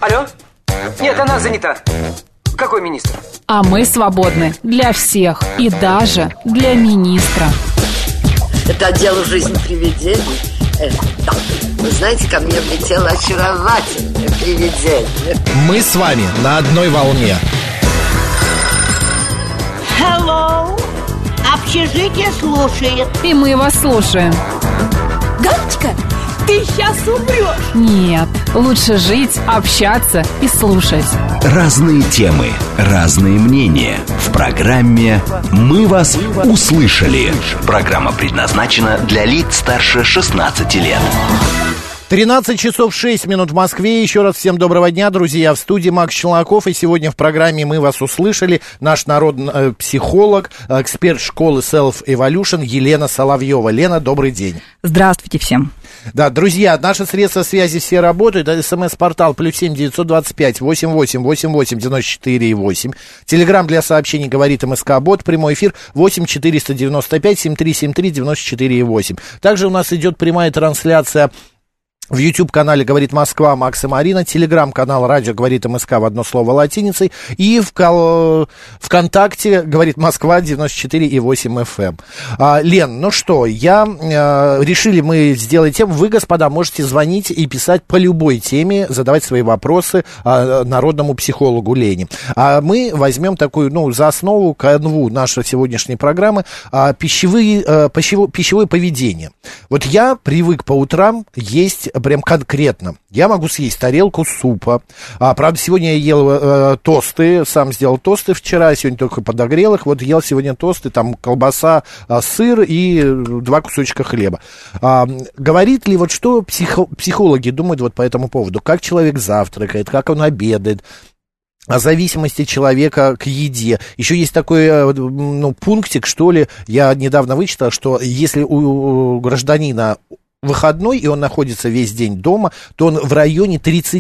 Алло? Нет, она занята. Какой министр? А мы свободны для всех и даже для министра. Это отдел жизни привидений. Да. Вы знаете, ко мне влетело очаровательное привидение. Мы с вами на одной волне. Hello. Общежитие слушает. И мы вас слушаем. Галочка, ты сейчас умрешь. Нет, лучше жить, общаться и слушать. Разные темы, разные мнения. В программе «Мы вас услышали». Программа предназначена для лиц старше 16 лет. 13 часов 6 минут в Москве. Еще раз всем доброго дня, друзья. В студии Макс Челноков. И сегодня в программе «Мы вас услышали» наш народный психолог, эксперт школы Self Evolution Елена Соловьева. Лена, добрый день. Здравствуйте всем. Да, друзья, наши средства связи все работают. СМС-портал +7 925 88 88 94 8. Телеграм для сообщений говорит МСК-бот. Прямой эфир 8 495 7373 94 8. Также у нас идет прямая трансляция в YouTube-канале «Говорит Москва» Макс и Марина, телеграм-канал «Радио говорит МСК» в одно слово латиницей, и ВКонтакте «Говорит Москва» 94,8 FM. Лен, ну что, решили мы сделать тему. Вы, господа, можете звонить и писать по любой теме, задавать свои вопросы народному психологу Лене. А мы возьмем такую, за основу, канву нашей сегодняшней программы пищевое поведение. Вот я привык по утрам есть прям конкретно. Я могу съесть тарелку супа. Правда, сегодня я ел тосты, сам сделал тосты вчера, сегодня только подогрел их. Вот ел сегодня тосты, там колбаса, сыр и 2 кусочка хлеба. Говорит ли что психологи думают вот по этому поводу? Как человек завтракает, как он обедает? О зависимости человека к еде. Еще есть такой, пунктик, что ли, я недавно вычитал, что если у гражданина выходной, и он находится весь день дома, то он в районе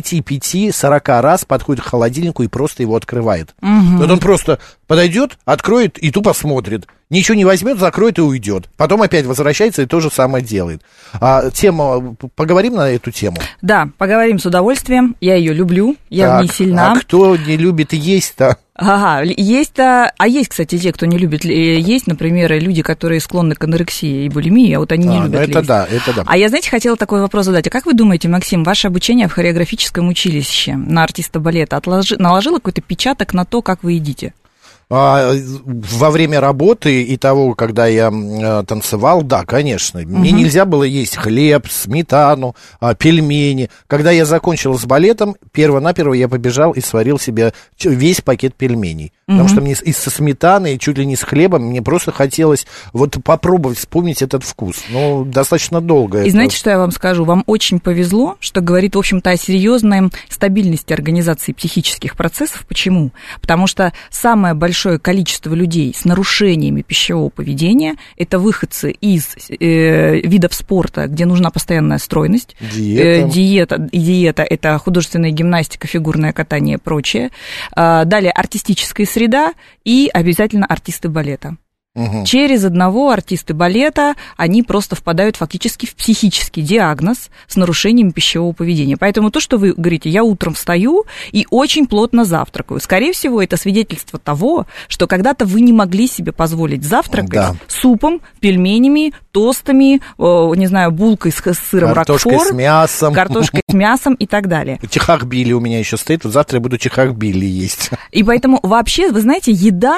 35-40 раз подходит к холодильнику и просто его открывает. Угу. Вот он просто подойдет, откроет и тупо смотрит. Ничего не возьмет, закроет и уйдет. Потом опять возвращается и то же самое делает. Поговорим на эту тему? Да, поговорим с удовольствием. Я ее люблю, я в ней сильна. А кто не любит есть-то? Ага, есть-то... А есть, кстати, те, кто не любит есть, например, люди, которые склонны к анорексии и булимии, а вот они не любят есть. Это да. А я, хотела такой вопрос задать. А как вы думаете, Максим, ваше обучение в хореографическом училище на артиста балета наложило какой-то печаток на то, как вы едите? Во время работы и того, когда я танцевал, да, конечно. Мне нельзя было есть хлеб, сметану, пельмени. Когда я закончил с балетом, перво-наперво я побежал и сварил себе весь пакет пельменей. Потому что мне и со сметаной, и чуть ли не с хлебом, мне просто хотелось попробовать вспомнить этот вкус. Но достаточно долго. И знаете, что я вам скажу? Вам очень повезло, что говорит, в общем-то, о серьезной стабильности организации психических процессов. Почему? Потому что самое большое количество людей с нарушениями пищевого поведения – это выходцы из видов спорта, где нужна постоянная стройность, диета – это художественная гимнастика, фигурное катание и прочее. Далее артистическая среда и обязательно артисты балета. Угу. Через одного артисты балета, они просто впадают фактически в психический диагноз с нарушением пищевого поведения. Поэтому то, что вы говорите, я утром встаю и очень плотно завтракаю, скорее всего, это свидетельство того, что когда-то вы не могли себе позволить завтракать супом, пельменями, тостами, не знаю, булкой с сыром картошкой рокфор, с мясом. Картошкой с мясом и так далее. Чихахбили у меня еще стоит, вот завтра я буду чихахбили есть. И поэтому вообще, вы знаете, еда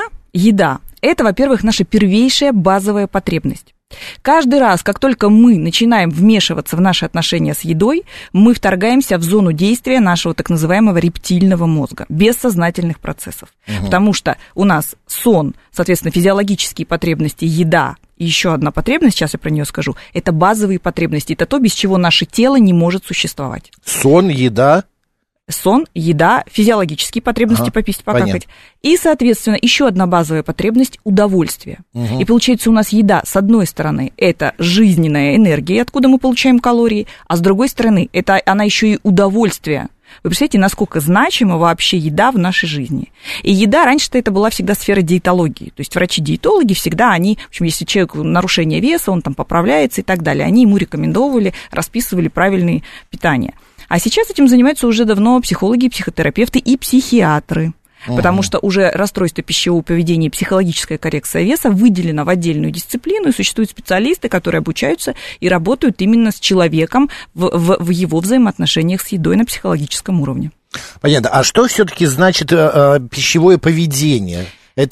– это, во-первых, наша первейшая базовая потребность. Каждый раз, как только мы начинаем вмешиваться в наши отношения с едой, мы вторгаемся в зону действия нашего так называемого рептильного мозга, бессознательных процессов. Угу. Потому что у нас сон, соответственно, физиологические потребности, еда, и еще одна потребность, сейчас я про нее скажу, это базовые потребности, это то, без чего наше тело не может существовать. Сон, еда? Сон, еда, физиологические потребности, попить, покакать. Понятно. И, соответственно, еще одна базовая потребность – удовольствие. Угу. И получается, у нас еда, с одной стороны, это жизненная энергия, откуда мы получаем калории, а с другой стороны, это она еще и удовольствие. Вы представляете, насколько значима вообще еда в нашей жизни? И еда, раньше-то это была всегда сфера диетологии. То есть врачи-диетологи всегда, они, в общем, если человеку нарушение веса, он там поправляется и так далее, они ему рекомендовали, расписывали правильное питание. А сейчас этим занимаются уже давно психологи, психотерапевты и психиатры. Потому что уже расстройство пищевого поведения и психологическая коррекция веса выделено в отдельную дисциплину, и существуют специалисты, которые обучаются и работают именно с человеком в его взаимоотношениях с едой на психологическом уровне. Понятно. А что все-таки значит пищевое поведение?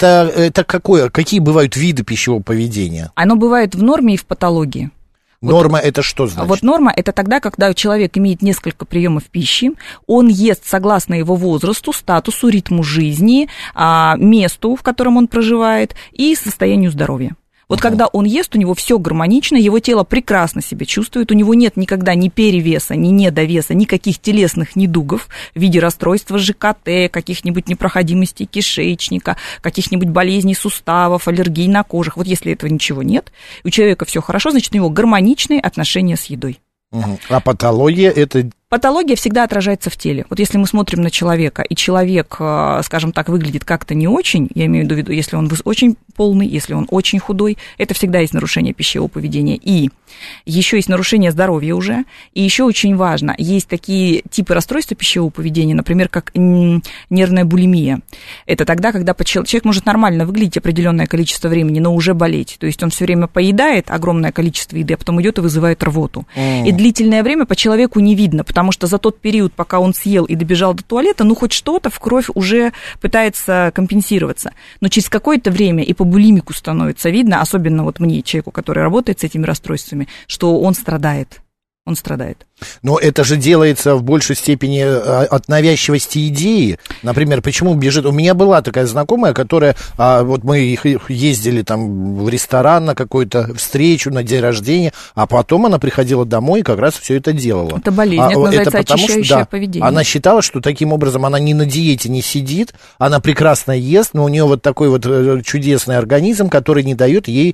Это какое? Какие бывают виды пищевого поведения? Оно бывает в норме и в патологии. Норма это что значит? Вот норма это тогда, когда человек имеет несколько приемов пищи, он ест согласно его возрасту, статусу, ритму жизни, месту, в котором он проживает, и состоянию здоровья. Вот когда он ест, у него все гармонично, его тело прекрасно себя чувствует, у него нет никогда ни перевеса, ни недовеса, никаких телесных недугов в виде расстройства ЖКТ, каких-нибудь непроходимостей кишечника, каких-нибудь болезней суставов, аллергий на кожах. Вот если этого ничего нет, у человека все хорошо, значит, у него гармоничные отношения с едой. А патология это... Патология всегда отражается в теле. Вот если мы смотрим на человека, и человек, скажем так, выглядит как-то не очень, я имею в виду, если он очень полный, если он очень худой, это всегда есть нарушение пищевого поведения. И еще есть нарушение здоровья уже. И еще очень важно, есть такие типы расстройства пищевого поведения, например, как нервная булимия. Это тогда, когда человек может нормально выглядеть определенное количество времени, но уже болеть. То есть он все время поедает огромное количество еды, а потом идет и вызывает рвоту. И длительное время по человеку не видно, потому что за тот период, пока он съел и добежал до туалета, ну, хоть что-то в кровь уже пытается компенсироваться. Но через какое-то время и по булимику становится видно, особенно вот мне, человеку, который работает с этими расстройствами, что он страдает. Он страдает. Но это же делается в большей степени от навязчивости идеи. Например, почему бежит... У меня была такая знакомая, которая... Вот мы ездили там в ресторан на какую-то встречу, на день рождения, а потом она приходила домой и как раз все это делала. Это болезнь, это называется очищающее поведение. Она считала, что таким образом она не на диете не сидит, она прекрасно ест, но у нее вот такой вот чудесный организм, который не дает ей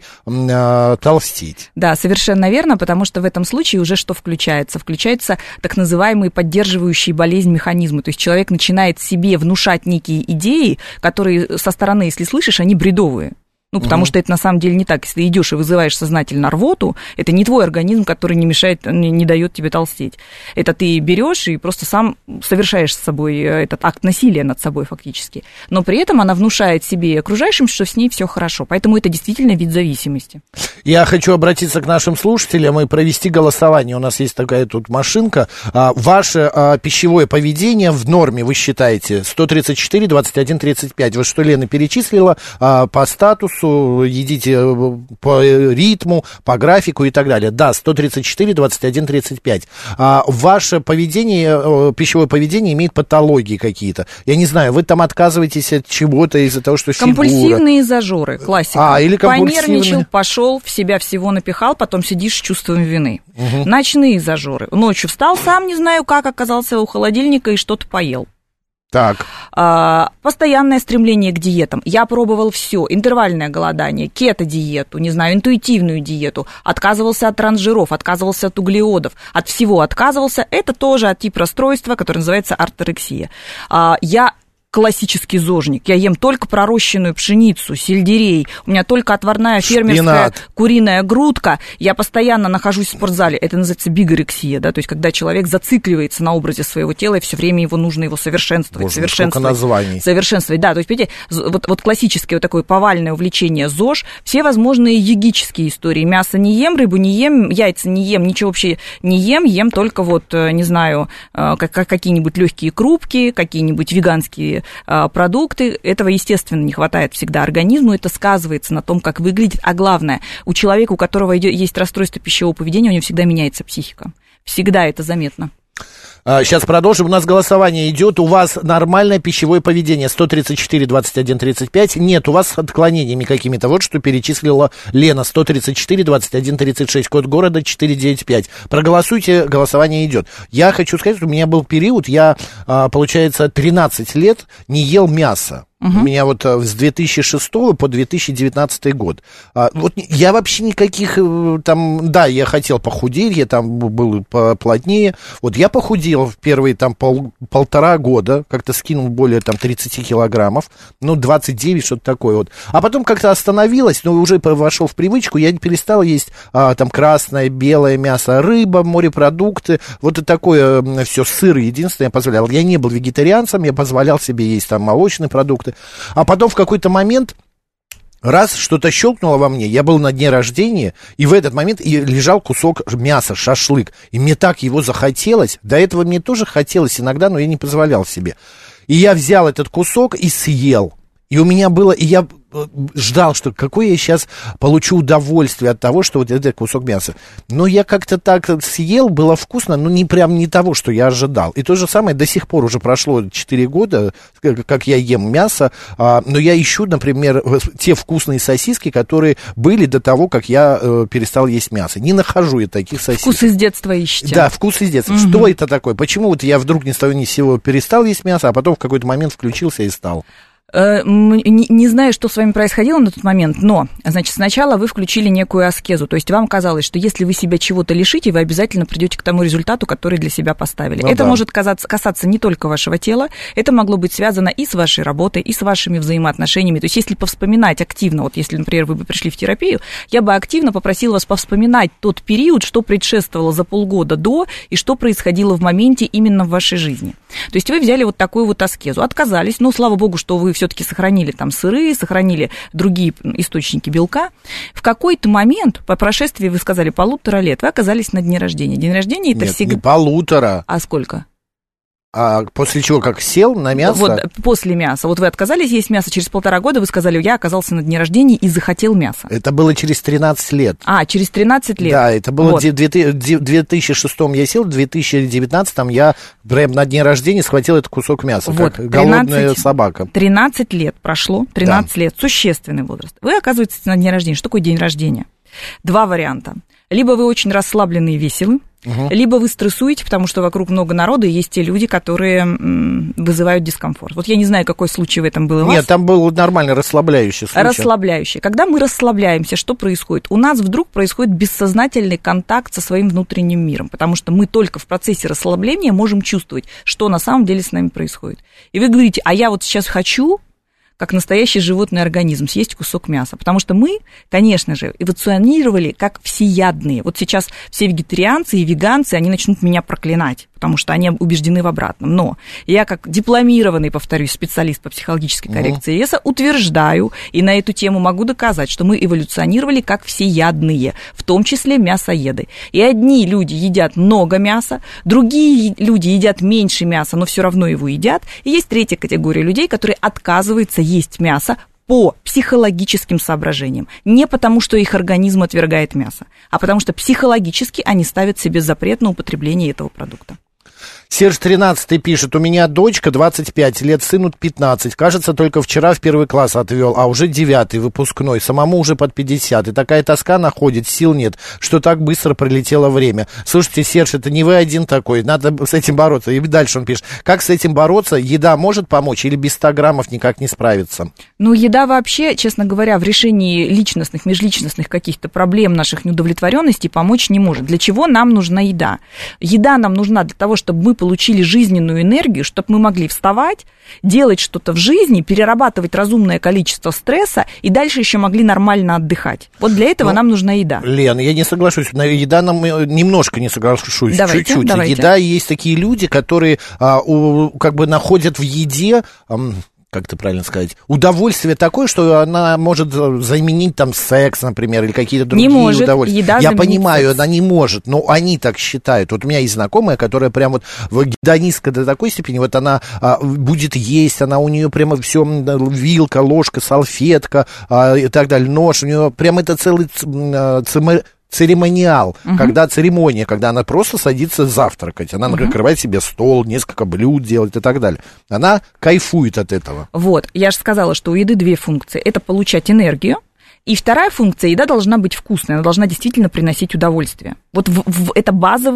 толстеть. Да, совершенно верно, потому что в этом случае уже что включается? Включаются так называемые поддерживающие болезнь механизмы. То есть человек начинает себе внушать некие идеи, которые со стороны, если слышишь, они бредовые. Ну, потому что это на самом деле не так. Если ты идешь и вызываешь сознательно рвоту, это не твой организм, который не мешает, не дает тебе толстеть. Это ты берешь и просто сам совершаешь с собой этот акт насилия над собой фактически. Но при этом она внушает себе и окружающим, что с ней все хорошо. Поэтому это действительно вид зависимости. Я хочу обратиться к нашим слушателям и провести голосование. У нас есть такая тут машинка. Ваше пищевое поведение в норме, вы считаете? 134, 21, 35. Вот что Лена перечислила по статусу, едите по ритму, по графику и так далее. Да, 134, 21, 35. Ваше поведение, пищевое поведение имеет патологии какие-то. Я не знаю, вы там отказываетесь от чего-то из-за того, что фигура. Компульсивные зажоры, классика. Или понервничал, пошел, в себя всего напихал, потом сидишь с чувством вины. Ночные зажоры. Ночью встал, сам не знаю как, оказался у холодильника и что-то поел. Так. Постоянное стремление к диетам. Я пробовал все. Интервальное голодание, кето-диету, не знаю, интуитивную диету. Отказывался от трансжиров, отказывался от углеводов. От всего отказывался. Это тоже тип расстройства, которое называется орторексия. Я классический зожник. Я ем только пророщенную пшеницу, сельдерей. У меня только отварная фермерская куриная грудка. Я постоянно нахожусь в спортзале. Это называется бигорексия, да, то есть когда человек зацикливается на образе своего тела, и все время его нужно его совершенствовать. Боже, сколько названий. Совершенствовать, да. То есть, понимаете, вот классическое вот такое повальное увлечение ЗОЖ, все возможные йогические истории. Мясо не ем, рыбу не ем, яйца не ем, ничего вообще не ем только вот, не знаю, какие-нибудь легкие крупки, какие-нибудь веганские продукты. Этого, естественно, не хватает всегда организму. Это сказывается на том, как выглядит. А главное, у человека, у которого есть расстройство пищевого поведения, у него всегда меняется психика. Всегда это заметно. Сейчас продолжим. У нас голосование идет. У вас нормальное пищевое поведение. 134, 21, 35. Нет, у вас с отклонениями какими-то. Вот что перечислила Лена. 134, 21, 36. Код города 495. Проголосуйте, голосование идет. Я хочу сказать, что у меня был период, я, получается, 13 лет не ел мясо. У меня вот с 2006 по 2019 год. Вот я вообще никаких там... Да, я хотел похудеть, я там был поплотнее. Вот я похудел в первые там полтора года, как-то скинул более там 30 килограммов, 29, что-то такое вот. А потом как-то остановилось, но уже вошел в привычку, я перестал есть там красное, белое мясо, рыба, морепродукты, вот и такое все, сыр единственное я позволял. Я не был вегетарианцем, я позволял себе есть там молочные продукты. А потом в какой-то момент раз что-то щелкнуло во мне, я был на дне рождения, и в этот момент и лежал кусок мяса, шашлык, и мне так его захотелось, до этого мне тоже хотелось иногда, но я не позволял себе. И я взял этот кусок и съел. И у меня было, и я ждал, что какое я сейчас получу удовольствие от того, что вот этот кусок мяса. Но я как-то так съел, было вкусно, но не прям не того, что я ожидал. И то же самое до сих пор, уже прошло 4 года, как я ем мясо, но я ищу, например, те вкусные сосиски, которые были до того, как я перестал есть мясо. Не нахожу я таких сосисок. Вкус из детства ищете. Да, вкус из детства. Что это такое? Почему вот я вдруг ни с того ни с сего перестал есть мясо, а потом в какой-то момент включился и стал? Не знаю, что с вами происходило на тот момент, но, значит, сначала вы включили некую аскезу, то есть вам казалось, что если вы себя чего-то лишите, вы обязательно придете к тому результату, который для себя поставили. Ну, это может касаться не только вашего тела, это могло быть связано и с вашей работой, и с вашими взаимоотношениями. То есть если повспоминать активно, вот если, например, вы бы пришли в терапию, я бы активно попросила вас повспоминать тот период, что предшествовало за полгода до, и что происходило в моменте именно в вашей жизни. То есть вы взяли вот такую вот аскезу, отказались, но, слава богу, что вы все-таки сохранили там сыры, сохранили другие источники белка. В какой-то момент, по прошествии, вы сказали, 1,5 лет, вы оказались на дне рождения. День рождения это всегда... не 1,5. А сколько? А после чего, как сел на мясо? Вот, после мяса. Вот вы отказались есть мясо, через 1,5 года вы сказали, я оказался на дне рождения и захотел мяса. Это было через 13 лет. Через 13 лет. Да, это было в 2006 я сел, в 2019 я прям на дне рождения схватил этот кусок мяса, вот, как голодная собака. 13 лет прошло, 13 лет, существенный возраст. Вы оказываетесь на дне рождения. Что такое день рождения? 2 варианта. Либо вы очень расслаблены и веселы, либо вы стрессуете, потому что вокруг много народа, и есть те люди, которые вызывают дискомфорт. Вот я не знаю, какой случай в этом был у вас. Нет, там был нормально расслабляющий случай. Расслабляющий. Когда мы расслабляемся, что происходит? У нас вдруг происходит бессознательный контакт со своим внутренним миром, потому что мы только в процессе расслабления можем чувствовать, что на самом деле с нами происходит. И вы говорите, а я вот сейчас хочу... как настоящий животный организм, съесть кусок мяса. Потому что мы, конечно же, эволюционировали как всеядные. Вот сейчас все вегетарианцы и веганцы, они начнут меня проклинать, потому что они убеждены в обратном. Но я, как дипломированный, повторюсь, специалист по психологической коррекции веса, утверждаю и на эту тему могу доказать, что мы эволюционировали как всеядные, в том числе мясоеды. И одни люди едят много мяса, другие люди едят меньше мяса, но все равно его едят. И есть третья категория людей, которые отказываются есть мясо по психологическим соображениям. Не потому, что их организм отвергает мясо, а потому что психологически они ставят себе запрет на употребление этого продукта. Серж 13 пишет, у меня дочка 25 лет, сыну 15. Кажется, только вчера в 1 класс отвел, а уже 9 выпускной, самому уже под 50. И такая тоска находит, сил нет, что так быстро пролетело время. Слушайте, Серж, это не вы один такой, надо с этим бороться. И дальше он пишет, как с этим бороться? Еда может помочь или без 100 граммов никак не справиться? Ну, еда вообще, честно говоря, в решении личностных, межличностных каких-то проблем наших неудовлетворенностей помочь не может. Для чего нам нужна еда? Еда нам нужна для того, чтобы мы получили жизненную энергию, чтобы мы могли вставать, делать что-то в жизни, перерабатывать разумное количество стресса и дальше еще могли нормально отдыхать. Вот для этого нам нужна еда. Лен, я не соглашусь. На еда нам немножко не соглашусь. Давайте, чуть-чуть. Давайте. Еда, есть такие люди, которые как бы находят в еде... как это правильно сказать, удовольствие такое, что она может заменить там секс, например, или какие-то другие удовольствия. Еда я понимаю, она не может, но они так считают. Вот у меня есть знакомая, которая прям вот гедонистка до такой степени, вот она будет есть, она у нее прямо все, вилка, ложка, салфетка и так далее, нож, у нее прям это целый церемониал, когда церемония, когда она просто садится завтракать, она накрывает себе стол, несколько блюд делает и так далее. Она кайфует от этого. Вот, я же сказала, что у еды 2 функции. Это получать энергию, и вторая функция, еда должна быть вкусной, она должна действительно приносить удовольствие. Вот это базовые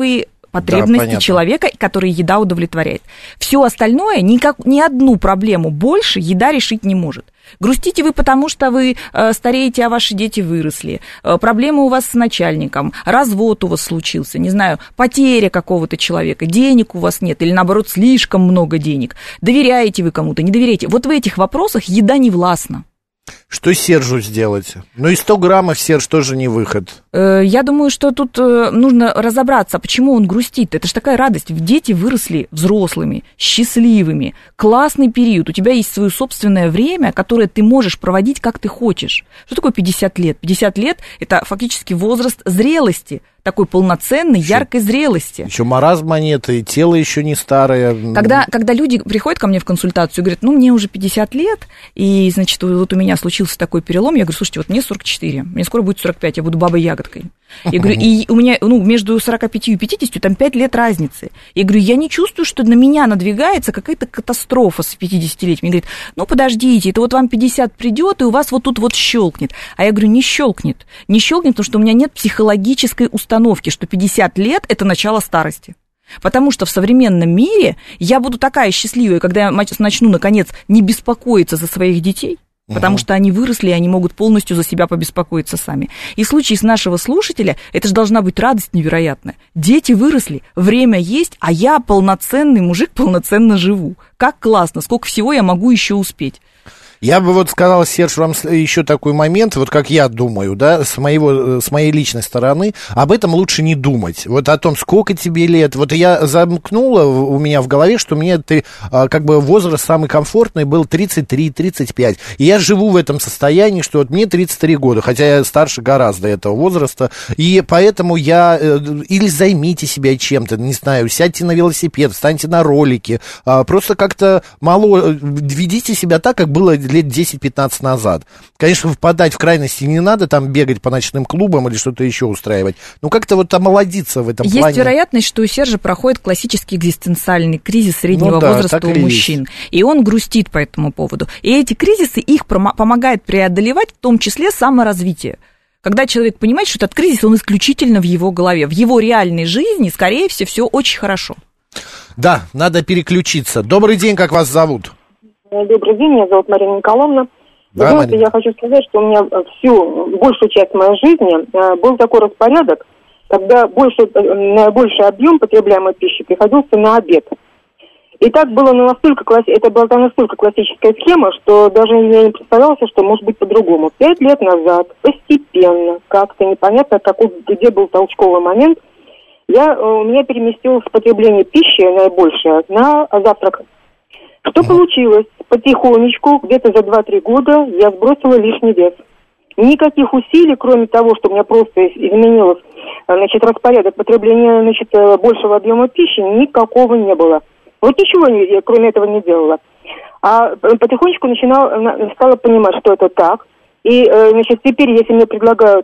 потребности человека, которые еда удовлетворяет. Все остальное, ни одну проблему больше еда решить не может. Грустите вы, потому что вы стареете, а ваши дети выросли. Проблемы у вас с начальником, развод у вас случился, не знаю, потеря какого-то человека, денег у вас нет, или наоборот, слишком много денег. Доверяете вы кому-то, не доверяете. Вот в этих вопросах еда не властна. Что Сержу сделать? Ну и 100 граммов, Серж, тоже не выход. Я думаю, что тут нужно разобраться, почему он грустит. Это же такая радость. Дети выросли взрослыми, счастливыми. Классный период. У тебя есть свое собственное время, которое ты можешь проводить, как ты хочешь. Что такое 50 лет? 50 лет – это фактически возраст зрелости, такой полноценной, яркой зрелости. Еще маразма нет, и тело еще не старое. Когда люди приходят ко мне в консультацию и говорят, ну, мне уже 50 лет, и, значит, вот у меня случился такой перелом, я говорю, слушайте, вот мне 44, мне скоро будет 45, я буду бабой-ягодкой. Я говорю, и у меня, между 45 и 50 там 5 лет разницы. Я говорю, я не чувствую, что на меня надвигается какая-то катастрофа с 50-летием. Мне говорит, ну, подождите, это вот вам 50 придет, и у вас вот тут вот щелкнет. А я говорю, не щелкнет. Не щелкнет, потому что у меня нет психологической установки, что 50 лет – это начало старости. Потому что в современном мире я буду такая счастливая, когда я начну, наконец, не беспокоиться за своих детей, потому что они выросли, и они могут полностью за себя побеспокоиться сами. И в случае с нашего слушателя, это же должна быть радость невероятная. Дети выросли, время есть, а я полноценный мужик, полноценно живу. Как классно, сколько всего я могу еще успеть. Я бы вот сказал, Серж, вам еще такой момент, вот как я думаю, да, с моей личной стороны, об этом лучше не думать. Вот о том, сколько тебе лет. Вот я замкнула у меня в голове, что мне как бы возраст самый комфортный был 33-35. И я живу в этом состоянии, что вот мне 33 года, хотя я старше гораздо этого возраста. И поэтому или займите себя чем-то, не знаю, сядьте на велосипед, встаньте на ролики. Просто как-то ведите себя так, как было лет 10-15 назад. Конечно, впадать в крайности не надо, там бегать по ночным клубам или что-то еще устраивать. Но как-то вот омолодиться в этом плане. Есть вероятность, что у Сержа проходит классический экзистенциальный кризис среднего возраста у мужчин. И он грустит по этому поводу. И эти кризисы их помогают преодолевать, в том числе саморазвитие. Когда человек понимает, что этот кризис, он исключительно в его голове. В его реальной жизни, скорее всего, все очень хорошо. Да, надо переключиться. Добрый день, как вас зовут? Добрый день, меня зовут Марина Николаевна. Да, знаете, я хочу сказать, что у меня большую часть моей жизни был такой распорядок, когда больший объем потребляемой пищи приходился на обед. И так было это была настолько классическая схема, что даже я не представляла, что может быть по-другому. 5 лет назад, постепенно, как-то непонятно, где был толчковый момент, у меня переместилось потребление пищи наибольшее на завтрак. Что получилось? Потихонечку, где-то за 2-3 года я сбросила лишний вес. Никаких усилий, кроме того, что у меня просто изменилось, распорядок потребления, большего объема пищи, никакого не было. Вот ничего я, кроме этого, не делала. А потихонечку стала понимать, что это так. И, теперь, если мне предлагают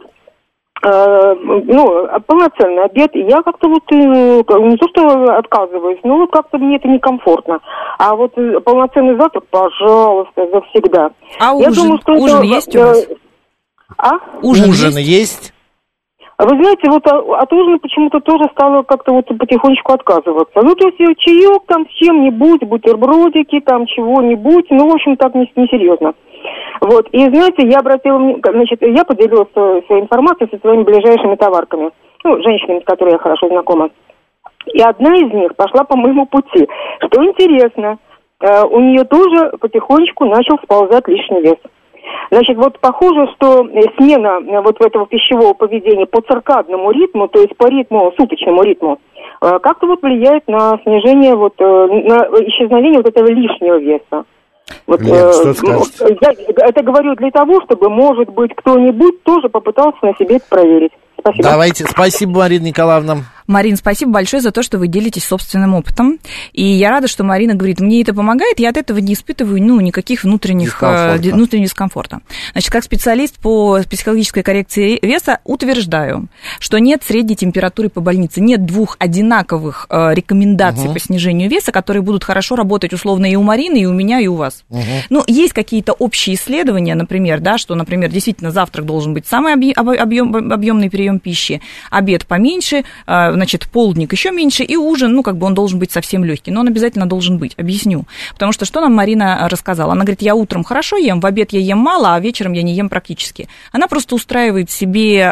полноценный обед, я как-то не то что отказываюсь, но как-то мне это некомфортно. А вот полноценный завтрак, пожалуйста, завсегда. А я думаю, что ужин есть у вас? Ужин есть? Вы знаете, от ужина почему-то тоже стало как-то потихонечку отказываться. То есть чаек там с чем-нибудь, бутербродики там чего-нибудь, в общем, так несерьезно. Вот, и знаете, я поделилась своей информацией со своими ближайшими товарками, женщинами, с которыми я хорошо знакома. И одна из них пошла по моему пути. Что интересно, у нее тоже потихонечку начал сползать лишний вес. Похоже, что смена этого пищевого поведения по циркадному ритму, то есть по суточному ритму, как-то влияет на снижение, на исчезновение этого лишнего веса. Лен, что скажете? Я это говорю для того, чтобы, может быть, кто-нибудь тоже попытался на себе это проверить. Спасибо. Давайте, спасибо, Марина Николаевна. Марин, спасибо большое за то, что вы делитесь собственным опытом. И я рада, что Марина говорит, мне это помогает, я от этого не испытываю никаких внутреннего дискомфорта. Значит, как специалист по психологической коррекции веса утверждаю, что нет средней температуры по больнице, нет двух одинаковых рекомендаций по снижению веса, которые будут хорошо работать условно и у Марины, и у меня, и у вас. Есть какие-то общие исследования, например, что, действительно завтрак должен быть самый объемный прием пищи, обед поменьше, значит, полдник еще меньше, и ужин, ну, как бы он должен быть совсем легкий, но он обязательно должен быть. Объясню. Потому что нам Марина рассказала? Она говорит, я утром хорошо ем, в обед я ем мало, а вечером я не ем практически. Она просто устраивает себе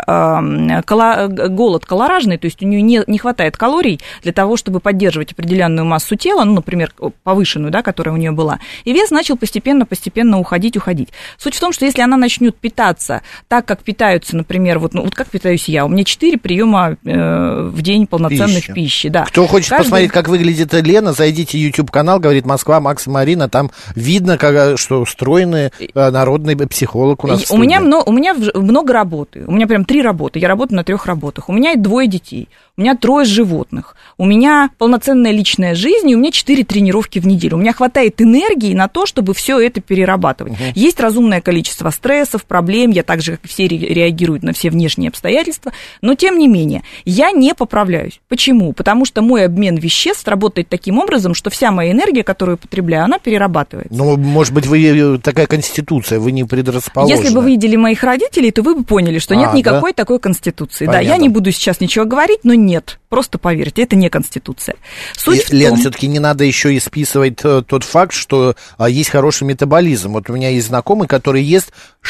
голод калоражный, то есть у нее не хватает калорий для того, чтобы поддерживать определенную массу тела, ну, например, повышенную, да, которая у нее была. И вес начал постепенно уходить. Суть в том, что если она начнет питаться так, как питаются, например, вот как питаюсь я, у меня 4 приема в день полноценных пищи. Да. Кто хочет посмотреть, как выглядит Лена, зайдите в YouTube-канал, говорит Москва, Макс и Марина, там видно, что устроенный народный психолог у нас в студии. У меня много работы, у меня прям 3 работы, я работаю на 3 работах, у меня 2 детей, у меня 3 животных, у меня полноценная личная жизнь, и у меня 4 тренировки в неделю. У меня хватает энергии на то, чтобы все это перерабатывать. Есть разумное количество стрессов, проблем, я так же, как и все, реагирую на все внешние обстоятельства, но тем не менее, я не поправляюсь. Почему? Потому что мой обмен веществ работает таким образом, что вся моя энергия, которую я потребляю, она перерабатывается. Ну, может быть, вы такая конституция, вы не предрасположены. Если бы вы видели моих родителей, то вы бы поняли, что нет никакой такой конституции. Понятно. Да, я не буду сейчас ничего говорить, но нет. Просто поверьте, это не конституция. Лен, все-таки не надо еще и списывать тот факт, что есть хороший метаболизм. Вот у меня есть знакомый, который ест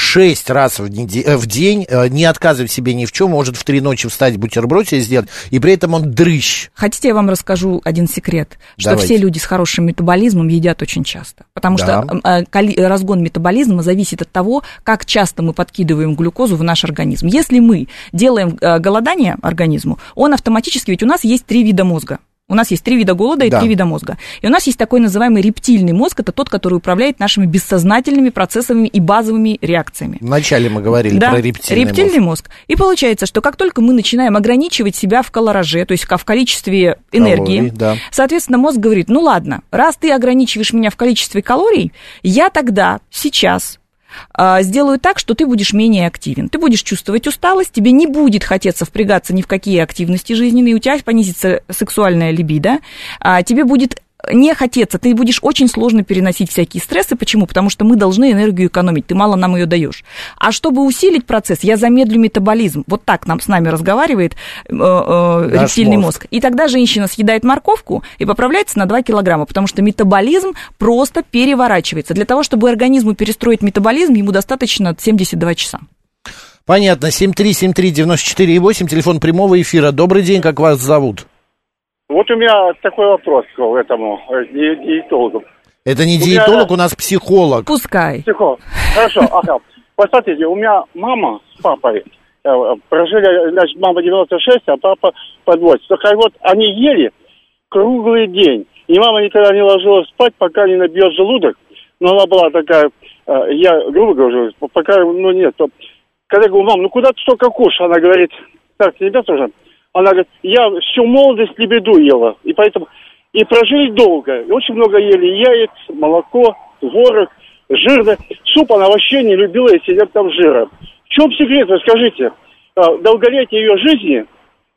6 раз в день, не отказывает себе ни в чем, может в 3 ночи встать, бутерброд себе сделать, и при этом он дрыщ. Хотите, я вам расскажу один секрет? Что все люди с хорошим метаболизмом едят очень часто. Потому что разгон метаболизма зависит от того, как часто мы подкидываем глюкозу в наш организм. Если мы делаем голодание организму, он автоматически, ведь у нас есть 3 вида мозга. У нас есть 3 вида голода и 3 вида мозга. И у нас есть такой называемый рептильный мозг, это тот, который управляет нашими бессознательными процессами и базовыми реакциями. Вначале мы говорили про рептильный мозг. И получается, что как только мы начинаем ограничивать себя в калораже, то есть в количестве энергии, соответственно, мозг говорит, ну ладно, раз ты ограничиваешь меня в количестве калорий, я тогда сейчас сделаю так, что ты будешь менее активен. Ты будешь чувствовать усталость, тебе не будет хотеться впрягаться ни в какие активности жизненные, у тебя понизится сексуальная либидо, тебе будет не хотеться, ты будешь очень сложно переносить всякие стрессы. Почему? Потому что мы должны энергию экономить, ты мало нам ее даешь. А чтобы усилить процесс, я замедлю метаболизм. Вот так с нами разговаривает рептильный мозг. И тогда женщина съедает морковку и поправляется на 2 килограмма, потому что метаболизм просто переворачивается. Для того, чтобы организму перестроить метаболизм, ему достаточно 72 часа. Понятно. 7373948, телефон прямого эфира. Добрый день, как вас зовут? Вот у меня такой вопрос к этому диетологу. Это не диетолог, у нас психолог. Пускай. Психолог. Хорошо, ага. Посмотрите, у меня мама с папой прожили, значит, мама 96, а папа под 80. Только вот они ели круглый день. И мама никогда не ложилась спать, пока не набьет желудок. Но она была такая, я грубо говорю, пока, нет. То, когда я говорю, мам, куда ты столько кушаешь? Она говорит, так, ребята уже. Она говорит, я всю молодость лебеду ела, и поэтому... И прожили долго, и очень много ели яиц, молоко, творог, жирно. Суп она вообще не любила, если нет там жира. В чем секрет, вы скажите? Долголетие ее жизни,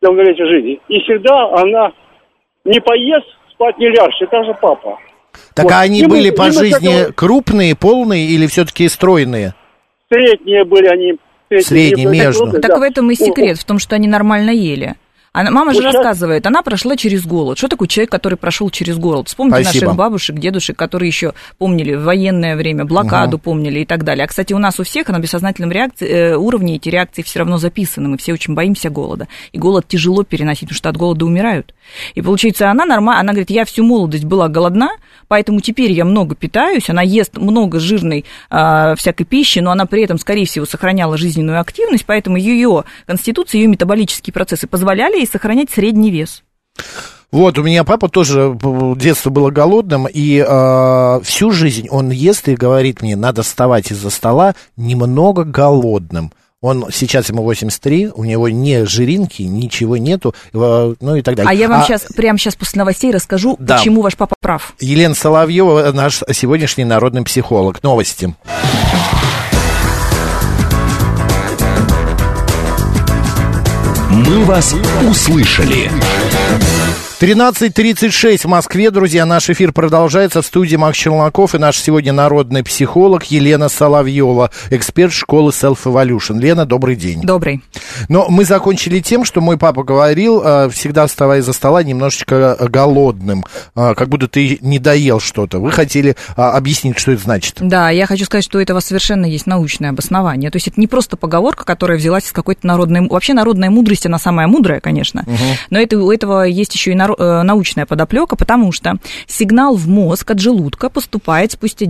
и всегда она не поест, спать не ляжет, и так же папа. Так вот. А они были по жизни крупные, полные или все-таки стройные? Средние были они. Средние, между. Так в этом и секрет, в том, что они нормально ели. Мама же рассказывает, она прошла через голод. Что такое человек, который прошел через голод? Вспомните наших бабушек, дедушек, которые еще помнили военное время, блокаду помнили и так далее. А, кстати, у нас у всех на бессознательном уровне эти реакции все равно записаны. Мы все очень боимся голода. И голод тяжело переносить, потому что от голода умирают. И получается, она говорит, я всю молодость была голодна, поэтому теперь я много питаюсь. Она ест много жирной всякой пищи, но она при этом, скорее всего, сохраняла жизненную активность, поэтому ее конституция, ее метаболические процессы позволяли ей сохранять средний вес. Вот, у меня папа тоже детство было голодным, и всю жизнь он ест и говорит мне, надо вставать из-за стола немного голодным. Сейчас ему 83, у него ни жиринки, ничего нету, и так далее. А я вам прямо сейчас после новостей расскажу, почему ваш папа прав. Елена Соловьева, наш сегодняшний народный психолог. Новости. Мы вас услышали. 13:36 в Москве, друзья. Наш эфир продолжается. В студии Макс Челноков и наш сегодня народный психолог Елена Соловьева, эксперт школы Self-Evolution. Лена, добрый день. Добрый. Но мы закончили тем, что мой папа говорил, всегда вставая из-за стола немножечко голодным, как будто ты не доел что-то. Вы хотели объяснить, что это значит? Да, я хочу сказать, что у этого совершенно есть научное обоснование. То есть это не просто поговорка, которая взялась из какой-то народной... Вообще народная мудрость, она самая мудрая, конечно. Но у этого есть еще и научная подоплека, потому что сигнал в мозг от желудка поступает спустя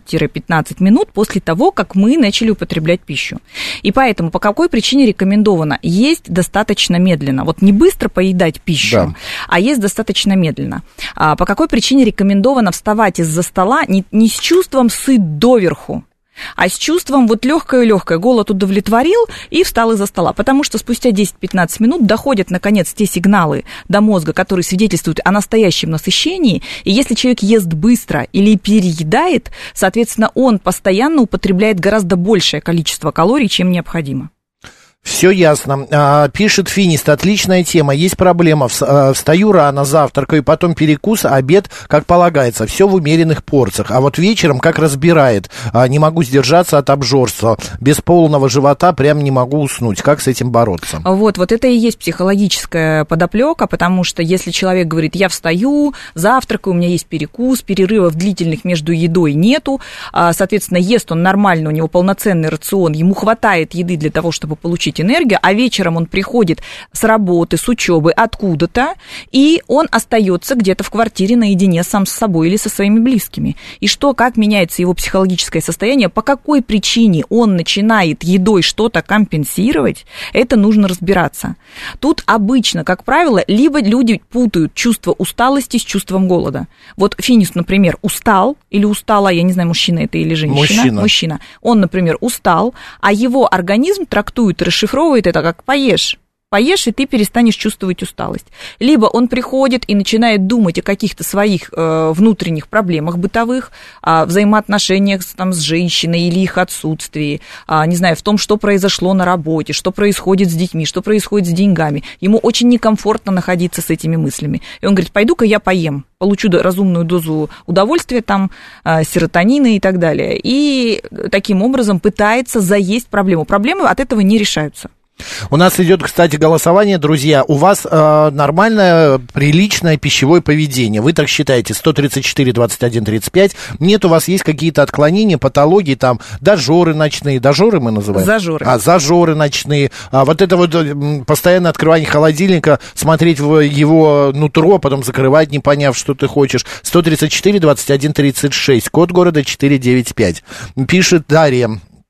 10-15 минут после того, как мы начали употреблять пищу. И поэтому по какой причине рекомендовано есть достаточно медленно? Вот не быстро поедать пищу, да, а есть достаточно медленно. По какой причине рекомендовано вставать из-за стола не с чувством сыт доверху, а с чувством вот легкое-легкое, голод удовлетворил и встал из-за стола, потому что спустя 10-15 минут доходят, наконец, те сигналы до мозга, которые свидетельствуют о настоящем насыщении, и если человек ест быстро или переедает, соответственно, он постоянно употребляет гораздо большее количество калорий, чем необходимо. Все ясно. Пишет Финист, отличная тема. Есть проблема. Встаю рано, завтракаю, потом перекус, обед, как полагается. Все в умеренных порциях. А вот вечером как разбирает. Не могу сдержаться от обжорства. Без полного живота прям не могу уснуть. Как с этим бороться? Вот это и есть психологическая подоплека, потому что если человек говорит, я встаю, завтракаю, у меня есть перекус, перерывов длительных между едой нету, соответственно, ест он нормально, у него полноценный рацион, ему хватает еды для того, чтобы получить энергию, а вечером он приходит с работы, с учебы, откуда-то, и он остается где-то в квартире наедине сам с собой или со своими близкими. И как меняется его психологическое состояние, по какой причине он начинает едой что-то компенсировать, это нужно разбираться. Тут обычно, как правило, либо люди путают чувство усталости с чувством голода. Вот Финист, например, устал или устала, я не знаю, мужчина это или женщина. Мужчина. Он, например, устал, а его организм трактует, расшифровывает это как поешь, и ты перестанешь чувствовать усталость. Либо он приходит и начинает думать о каких-то своих внутренних проблемах бытовых, о взаимоотношениях с женщиной или их отсутствии, не знаю, в том, что произошло на работе, что происходит с детьми, что происходит с деньгами. Ему очень некомфортно находиться с этими мыслями. И он говорит, пойду-ка я поем, получу разумную дозу удовольствия, серотонина и так далее. И таким образом пытается заесть проблему. Проблемы от этого не решаются. У нас идет, кстати, голосование, друзья. У вас нормальное, приличное пищевое поведение. Вы так считаете, 134, 21, 35. Нет, у вас есть какие-то отклонения, патологии, дожоры ночные. Дожоры мы называем? Зажоры. Зажоры ночные. Вот это вот постоянное открывание холодильника, смотреть в его нутро, потом закрывать, не поняв, что ты хочешь. 134, 21, 36. Код города 495. Пишет Дарья.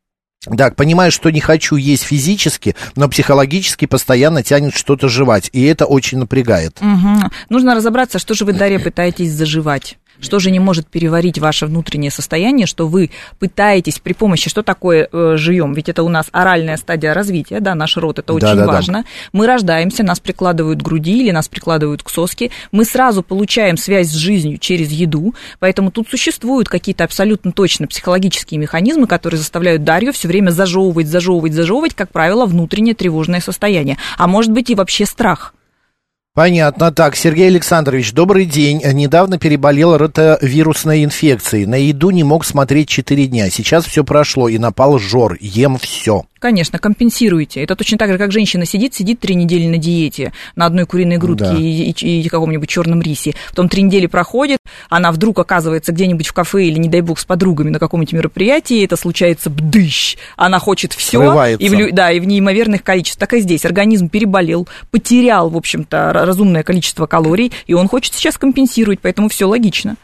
Так, понимаю, что не хочу есть физически, но психологически постоянно тянет что-то жевать, и это очень напрягает. Угу. Нужно разобраться, что же вы, Дарья, пытаетесь заживать. Что же не может переварить ваше внутреннее состояние, что вы пытаетесь при помощи, что такое жуем? Ведь это у нас оральная стадия развития, да, наш рот, это очень важно. Мы рождаемся, нас прикладывают к груди или нас прикладывают к соске, мы сразу получаем связь с жизнью через еду, поэтому тут существуют какие-то абсолютно точно психологические механизмы, которые заставляют Дарью все время зажевывать, как правило, внутреннее тревожное состояние, а может быть и вообще страх. Понятно. Так, Сергей Александрович, добрый день. Недавно переболел ротовирусной инфекцией. На еду не мог смотреть 4 дня. Сейчас все прошло и напал жор. Ем все. Конечно, компенсируйте. Это точно так же, как женщина сидит 3 недели на диете, на одной куриной грудке и каком-нибудь черном рисе. Потом 3 недели проходит, она вдруг оказывается где-нибудь в кафе или, не дай бог, с подругами на каком-нибудь мероприятии, это случается бдыщ. Она хочет все, и в неимоверных количествах. Так и здесь. Организм переболел, потерял, в общем-то, разумное количество калорий, и он хочет сейчас компенсировать, поэтому все логично.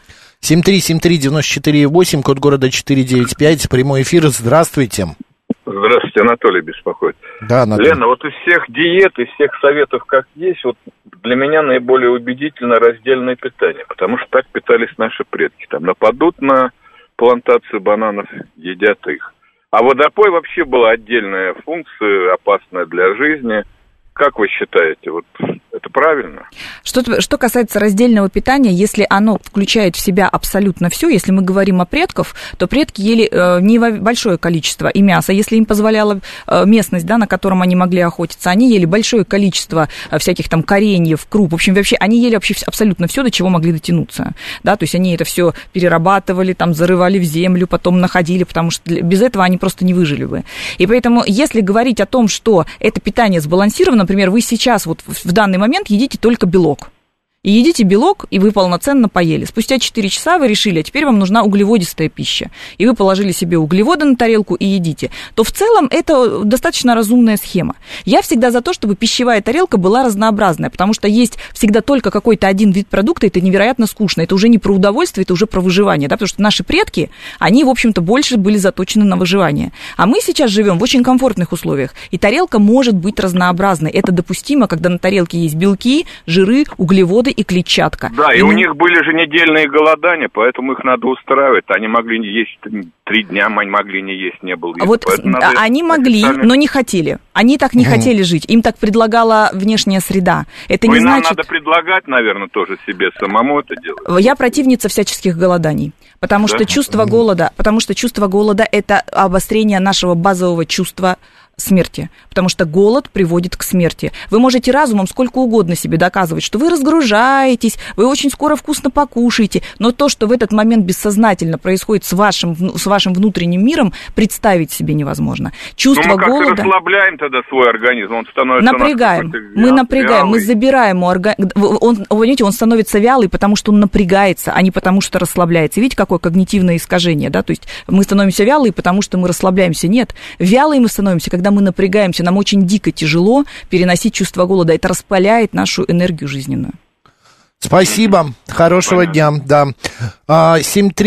7373948, код города 495, прямой эфир. Здравствуйте. Здравствуйте, Анатолий беспокоит. Да, Анатолий. Лена, вот из всех диет, из всех советов, как есть, вот для меня наиболее убедительно раздельное питание, потому что так питались наши предки. Нападут на плантацию бананов, едят их. А водопой вообще была отдельная функция, опасная для жизни. Как вы считаете, вот Это правильно. Что касается раздельного питания, если оно включает в себя абсолютно все, если мы говорим о предках, то предки ели не большое количество и мяса. Если им позволяла местность, да, на котором они могли охотиться, они ели большое количество всяких там кореньев, круп. В общем, вообще они ели вообще абсолютно все, до чего могли дотянуться. Да? То есть они это все перерабатывали, там, зарывали в землю, потом находили, потому что без этого они просто не выжили бы. И поэтому, если говорить о том, что это питание сбалансировано, например, вы сейчас вот в данный момент едите только белок. И едите белок, и вы полноценно поели. Спустя 4 часа вы решили, а теперь вам нужна углеводистая пища. И вы положили себе углеводы на тарелку и едите. То в целом это достаточно разумная схема. Я всегда за то, чтобы пищевая тарелка была разнообразная, потому что есть всегда только какой-то один вид продукта, это невероятно скучно. Это уже не про удовольствие, это уже про выживание. Да? Потому что наши предки, они, в общем-то, больше были заточены на выживание. А мы сейчас живем в очень комфортных условиях. И тарелка может быть разнообразной. Это допустимо, когда на тарелке есть белки, жиры, углеводы и клетчатка. Да, и у них были же недельные голодания, поэтому их надо устраивать. Они могли не есть 3 дня, они могли не есть, не было. Вот они могли, но не хотели. Они так не хотели жить. Им так предлагала внешняя среда. Это не нам значит... надо предлагать, наверное, тоже себе самому это делать. Я противница всяческих голоданий. Потому что чувство голода, это обострение нашего базового чувства смерти, потому что голод приводит к смерти. Вы можете разумом сколько угодно себе доказывать, что вы разгружаетесь, вы очень скоро вкусно покушаете, но то, что в этот момент бессознательно происходит с вашим внутренним миром, представить себе невозможно. Чувство голода... Мы как-то расслабляем тогда свой организм, он становится... Напрягаем, мы забираем ему организм, он становится вялый, потому что он напрягается, а не потому что расслабляется. Видите, какое когнитивное искажение, да, то есть мы становимся вялые, потому что мы расслабляемся. Нет, вялые мы становимся, когда мы напрягаемся, нам очень дико тяжело переносить чувство голода. Это распаляет нашу энергию жизненную. Спасибо. Хорошего дня. Да. 7373948,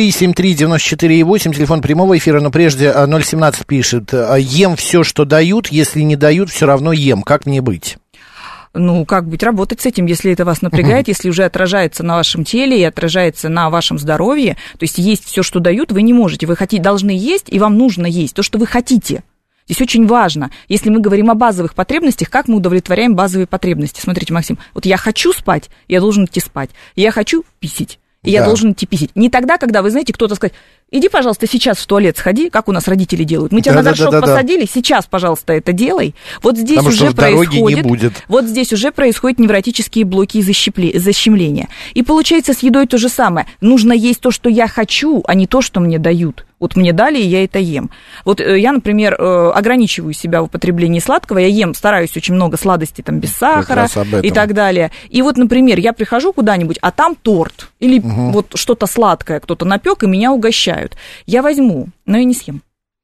телефон прямого эфира, но прежде 017 пишет. Ем все, что дают, если не дают, все равно ем. Как мне быть? Ну, как быть, работать с этим, если это вас напрягает, если уже отражается на вашем теле и отражается на вашем здоровье. То есть есть все, что дают, вы не можете. Вы должны есть, и вам нужно есть то, что вы хотите. Здесь очень важно, если мы говорим о базовых потребностях, как мы удовлетворяем базовые потребности. Смотрите, Максим, вот я хочу спать, я должен идти спать. Я хочу писить, и я должен идти писить. Не тогда, когда, вы знаете, кто-то скажет, иди, пожалуйста, сейчас в туалет сходи, как у нас родители делают. Мы тебя на горшок посадили, сейчас, пожалуйста, это делай. Вот здесь потому уже происходит, не будет. Вот здесь уже происходят невротические блоки и защемления. И получается с едой то же самое. Нужно есть то, что я хочу, а не то, что мне дают. Вот мне дали, и я это ем. Вот я, например, ограничиваю себя в употреблении сладкого. Я ем, стараюсь очень много сладостей там, без сахара и так далее. И вот, например, я прихожу куда-нибудь, а там торт или вот что-то сладкое кто-то напек, и меня угощают. Я возьму, но и не съем.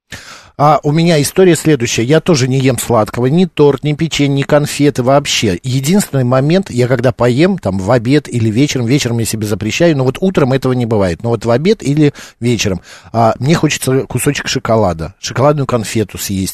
А у меня история следующая. Я тоже не ем сладкого, ни торт, ни печенье, ни конфеты вообще. Единственный момент, я когда поем, там, в обед или вечером я себе запрещаю, но вот утром этого не бывает, но вот в обед или вечером мне хочется кусочек шоколада, шоколадную конфету съесть,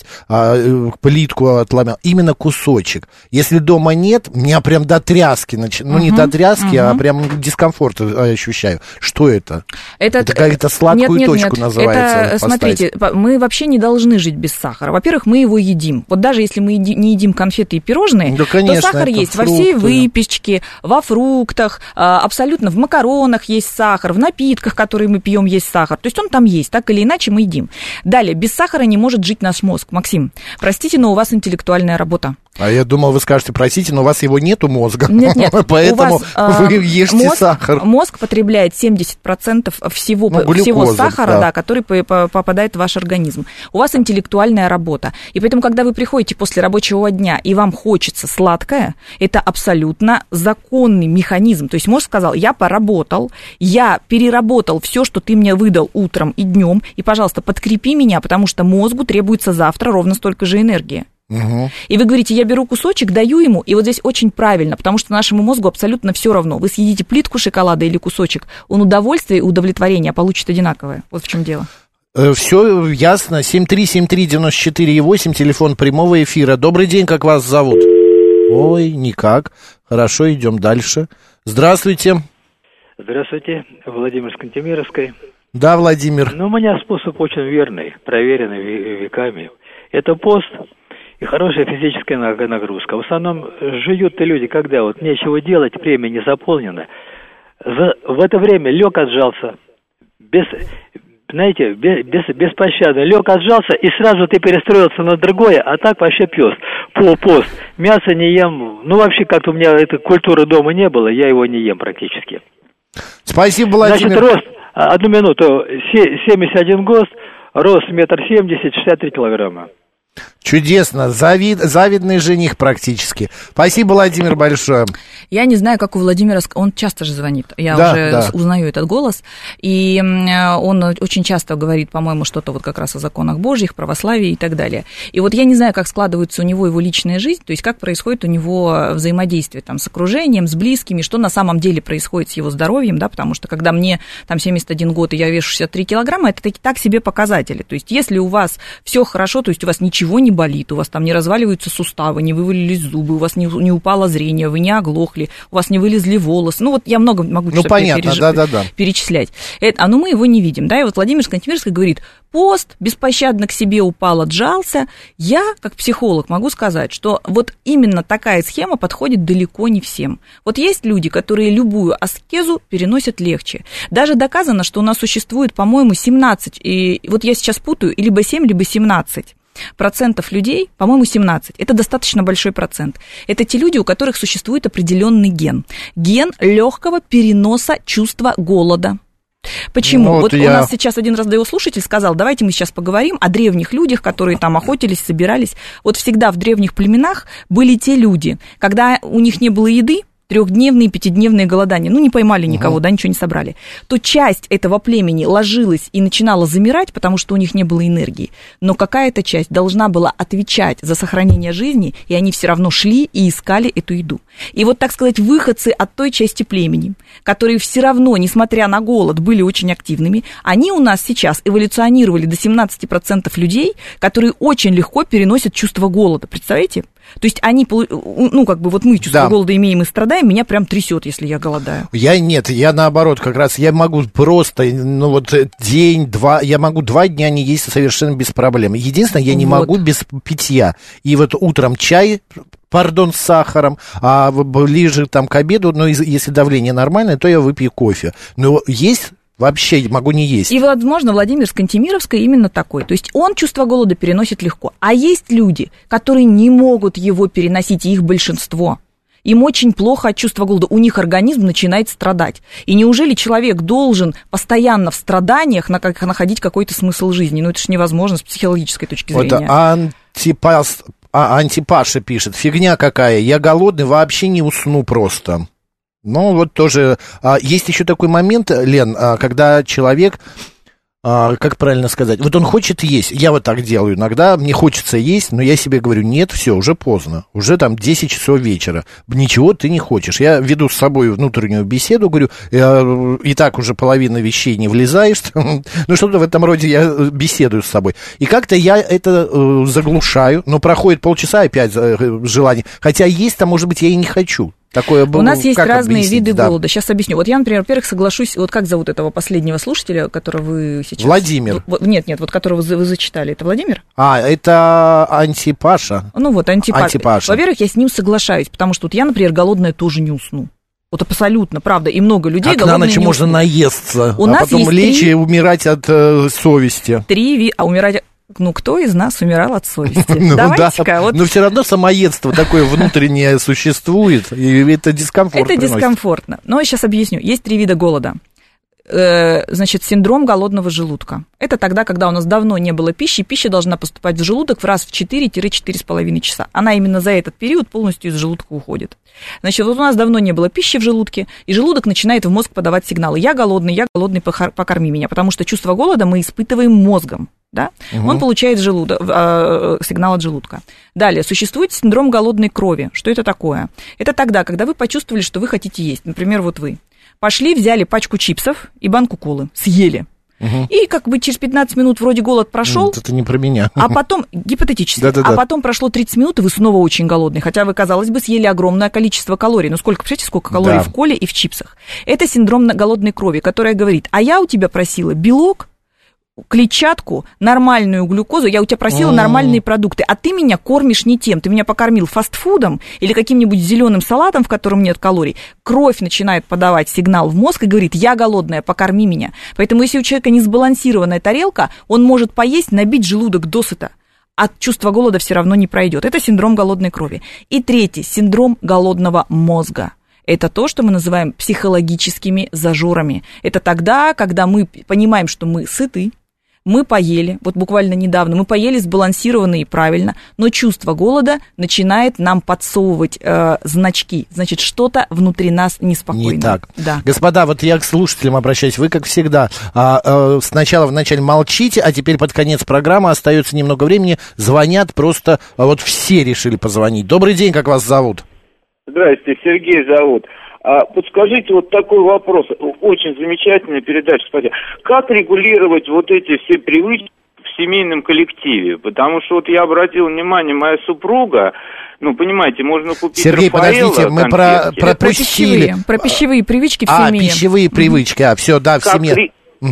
плитку отломил, именно кусочек. Если дома нет, меня прям до тряски, не до тряски, а прям дискомфорт ощущаю. Что это? Это какая-то сладкую точку называется. Это, смотрите, мы вообще не должны жить без сахара. Во-первых, мы его едим. Вот даже если мы не едим конфеты и пирожные, то сахар есть во всей выпечке, во фруктах, абсолютно в макаронах есть сахар, в напитках, которые мы пьем, есть сахар. То есть он там есть, так или иначе мы едим. Далее, без сахара не может жить наш мозг. Максим, простите, но у вас интеллектуальная работа. А я думал, вы скажете, простите, но у вас его нету мозга, нет. поэтому вы ешьте сахар. Мозг потребляет 70% всего сахара, да, который попадает в ваш организм. У вас интеллектуальная работа. И поэтому, когда вы приходите после рабочего дня, и вам хочется сладкое, это абсолютно законный механизм. То есть мозг сказал, я поработал, я переработал все, что ты мне выдал утром и днем, и, пожалуйста, подкрепи меня, потому что мозгу требуется завтра ровно столько же энергии. И вы говорите, я беру кусочек, даю ему, и вот здесь очень правильно, потому что нашему мозгу абсолютно все равно. Вы съедите плитку шоколада или кусочек, он удовольствие и удовлетворение получит одинаковое. Вот в чем дело. Все ясно. 7373948, телефон прямого эфира. Добрый день, как вас зовут? Ой, никак. Хорошо, идем дальше. Здравствуйте. Здравствуйте, Владимир с Кантемировской. Да, Владимир. Ну, у меня способ очень верный, проверенный веками. Это пост. и хорошая физическая нагрузка. В основном жуют-то люди, когда вот нечего делать, время не заполнено. В это время лег, отжался, беспощадно лег, отжался, и сразу ты перестроился на другое, а так вообще пост. Мясо не ем, вообще как-то у меня этой культуры дома не было, я его не ем практически. Спасибо, Владимир. Значит, рост, 1 минуту, 71 гост, рост 1,70 м, 63 килограмма. Чудесно, завидный жених практически. Спасибо, Владимир, большое. Я не знаю, как у Владимира, он часто же звонит, я уже узнаю этот голос, и он очень часто говорит, по-моему, что-то вот как раз о законах Божьих, православии и так далее. И вот я не знаю, как складывается у него его личная жизнь, то есть как происходит у него взаимодействие там, с окружением, с близкими, что на самом деле происходит с его здоровьем, да, потому что когда мне там 71 год и я вешу 63 килограмма, это такие так себе показатели. То есть если у вас все хорошо, то есть у вас ничего не болит, у вас там не разваливаются суставы, не вывалились зубы, у вас не упало зрение, вы не оглохли, у вас не вылезли волосы. Вот я много могу перечислять. Но мы его не видим, да, и вот Владимир из Кантемировска говорит, пост, беспощадно к себе упал, отжался. Я, как психолог, могу сказать, что вот именно такая схема подходит далеко не всем. Вот есть люди, которые любую аскезу переносят легче. Даже доказано, что у нас существует, по-моему, 17, и вот я сейчас путаю, либо 7, либо 17%. Людей, по-моему, 17. Это достаточно большой процент. Это те люди, у которых существует определенный ген. Ген легкого переноса чувства голода. Почему? У нас сейчас один радиослушатель сказал, давайте мы сейчас поговорим о древних людях, которые там охотились, собирались. Вот всегда в древних племенах были те люди, когда у них не было еды, 3-дневные, 5-дневные голодания, не поймали никого, да, ничего не собрали, то часть этого племени ложилась и начинала замирать, потому что у них не было энергии, но какая-то часть должна была отвечать за сохранение жизни, и они все равно шли и искали эту еду. И вот, так сказать, выходцы от той части племени, которые все равно, несмотря на голод, были очень активными, они у нас сейчас эволюционировали до 17% людей, которые очень легко переносят чувство голода, представляете? То есть они, мы чувство голода имеем и страдаем, меня прям трясет, если я голодаю. Я наоборот, как раз я могу просто, день-два, я могу 2 дня не есть совершенно без проблем. Единственное, я не могу без питья. И вот утром чай, с сахаром, а ближе к обеду, если давление нормальное, то я выпью кофе. Но есть... Вообще могу не есть. И, возможно, Владимир из Кантемировска именно такой. То есть он чувство голода переносит легко. А есть люди, которые не могут его переносить, и их большинство. Им очень плохо от чувства голода. У них организм начинает страдать. И неужели человек должен постоянно в страданиях находить какой-то смысл жизни? Это же невозможно с психологической точки зрения. Антипаша пишет, фигня какая, я голодный, вообще не усну просто. Тоже есть еще такой момент, Лен, когда человек, как правильно сказать, он хочет есть, я вот так делаю иногда, мне хочется есть, но я себе говорю, нет, все, уже поздно, уже 10 часов вечера, ничего ты не хочешь, я веду с собой внутреннюю беседу, говорю, и так уже половина вещей не влезаешь, что-то в этом роде я беседую с собой, и как-то я это заглушаю, но проходит полчаса, опять желание, хотя есть-то, может быть, я и не хочу. У нас есть разные виды голода. Сейчас объясню. Вот я, например, во-первых, соглашусь, как зовут этого последнего слушателя, которого вы сейчас... Владимир. Нет, которого вы зачитали. Это Владимир? Это Антипаша. Антипаша. Во-первых, я с ним соглашаюсь, потому что я, например, голодная тоже не усну. Вот абсолютно, правда. И много людей голодные на ночь можно наесться, потом лечь и умирать от совести. Умирать... кто из нас умирал от совести? Давайте-ка. Но все равно самоедство такое внутреннее существует, и это дискомфорт приносит. Дискомфортно. Но я сейчас объясню. Есть 3 вида голода. Синдром голодного желудка. Это тогда, когда у нас давно не было пищи, пища должна поступать в желудок раз в 4-4,5 часа. Она именно за этот период полностью из желудка уходит. У нас давно не было пищи в желудке, и желудок начинает в мозг подавать сигналы. Я голодный, покорми меня, потому что чувство голода мы испытываем мозгом. Да? Он получает сигнал от желудка. Далее, существует синдром голодной крови. Что это такое? Это тогда, когда вы почувствовали, что вы хотите есть. Например, вы пошли, взяли пачку чипсов и банку колы, съели. И через 15 минут вроде голод прошел. Это не про меня. А потом, гипотетически, потом прошло 30 минут, и вы снова очень голодный. Хотя вы, казалось бы, съели огромное количество калорий. Представляете, сколько калорий в коле и в чипсах? Это синдром голодной крови, которая говорит, а я у тебя просила белок, клетчатку, нормальную глюкозу, я у тебя просила нормальные продукты, а ты меня кормишь не тем, ты меня покормил фастфудом или каким-нибудь зеленым салатом, в котором нет калорий, кровь начинает подавать сигнал в мозг и говорит: я голодная, покорми меня. Поэтому если у человека несбалансированная тарелка, он может поесть, набить желудок досыта, а чувство голода все равно не пройдет. Это синдром голодной крови. И третий, синдром голодного мозга. Это то, что мы называем психологическими зажорами. Это тогда, когда мы понимаем, что мы сыты, мы поели, вот буквально недавно, мы поели сбалансированно и правильно, но чувство голода начинает нам подсовывать значки. Значит, что-то внутри нас неспокойно. Не так. Да. Господа, вот я к слушателям обращаюсь. Вы, как всегда, сначала вначале молчите, а теперь под конец программы остается немного времени. Звонят просто, вот все решили позвонить. Добрый день, как вас зовут? Здравствуйте, Сергей зовут. Подскажите вот такой вопрос. Очень замечательная передача, кстати. Как регулировать вот эти все привычки в семейном коллективе? Потому что вот я обратил внимание, моя супруга, ну, понимаете, можно купить Сергей, Рафаэлло, подождите, мы пропустили. Про пищевые привычки в семье. Пищевые привычки, все, да, в семье.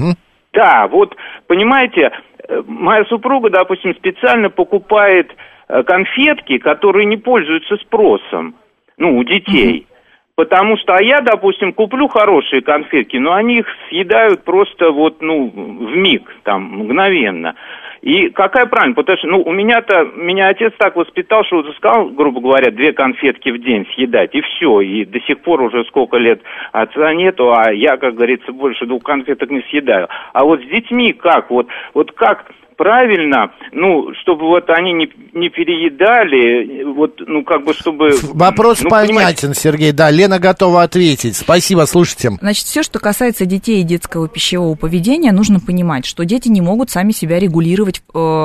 Да, вот, понимаете, моя супруга, допустим, специально покупает конфетки, которые не пользуются спросом, ну, у детей. Потому что, я, допустим, куплю хорошие конфетки, но они их съедают просто вот, ну, вмиг, там, мгновенно. И какая правильно, потому что, ну, меня отец так воспитал, что сказал, грубо говоря, 2 конфетки в день съедать, и все, и до сих пор уже сколько лет отца нету, а я, как говорится, больше 2 конфеток не съедаю. А вот с детьми как, вот как правильно, ну, чтобы вот они не переедали, вот, ну, как бы, чтобы... Вопрос понятен, понимаете... Сергей, да, Лена готова ответить. Спасибо, слушайте. Значит, все, что касается детей и детского пищевого поведения, нужно понимать, что дети не могут сами себя регулировать